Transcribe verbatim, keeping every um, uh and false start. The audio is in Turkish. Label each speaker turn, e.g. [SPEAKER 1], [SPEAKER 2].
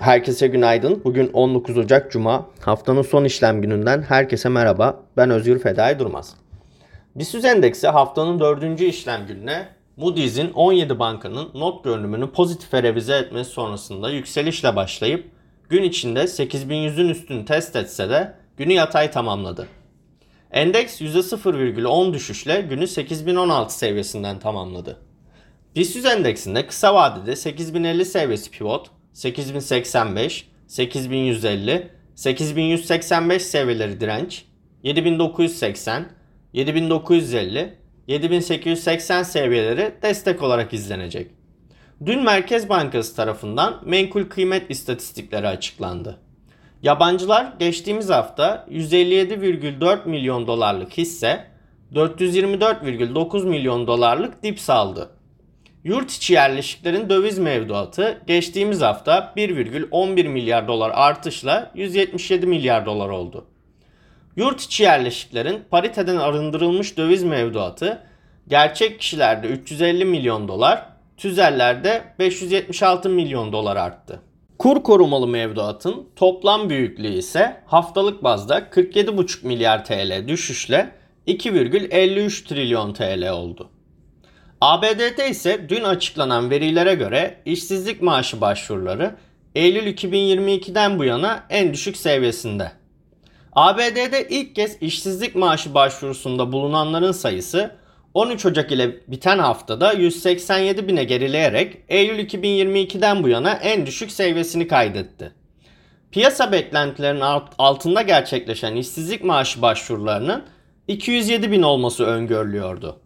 [SPEAKER 1] Herkese günaydın. Bugün on dokuz Ocak Cuma. Haftanın son işlem gününden herkese merhaba. Ben Özgür Fedai Durmaz. BIST endeksi haftanın dördüncü işlem gününe Moody's'in on yedi bankanın not görünümünü pozitife revize etmesi sonrasında yükselişle başlayıp gün içinde sekiz bin yüzün üstünü test etse de günü yatay tamamladı. Endeks yüzde sıfır virgül on düşüşle günü sekiz bin on altı seviyesinden tamamladı. BIST endeksinde kısa vadede sekiz bin elli seviyesi pivot, sekiz bin seksen beş, sekiz bin yüz elli, sekiz bin yüz seksen beş seviyeleri direnç, yedi bin dokuz yüz seksen, yedi bin dokuz yüz elli, yedi bin sekiz yüz seksen seviyeleri destek olarak izlenecek. Dün Merkez Bankası tarafından menkul kıymet istatistikleri açıklandı. Yabancılar geçtiğimiz hafta yüz elli yedi virgül dört milyon dolarlık hisse, dört yüz yirmi dört virgül dokuz milyon dolarlık dip saldı. Yurt içi yerleşiklerin döviz mevduatı geçtiğimiz hafta bir virgül on bir milyar dolar artışla yüz yetmiş yedi milyar dolar oldu. Yurt içi yerleşiklerin pariteden arındırılmış döviz mevduatı gerçek kişilerde üç yüz elli milyon dolar, tüzellerde beş yüz yetmiş altı milyon dolar arttı. Kur korumalı mevduatın toplam büyüklüğü ise haftalık bazda kırk yedi virgül beş milyar T L düşüşle iki virgül elli üç trilyon T L oldu. A B D'de ise dün açıklanan verilere göre işsizlik maaşı başvuruları Eylül iki bin yirmi ikiden bu yana en düşük seviyesinde. A B D'de ilk kez işsizlik maaşı başvurusunda bulunanların sayısı on üç Ocak ile biten haftada yüz seksen yedi bine gerileyerek Eylül iki bin yirmi ikiden bu yana en düşük seviyesini kaydetti. Piyasa beklentilerinin altında gerçekleşen işsizlik maaşı başvurularının iki yüz yedi bin olması öngörülüyordu.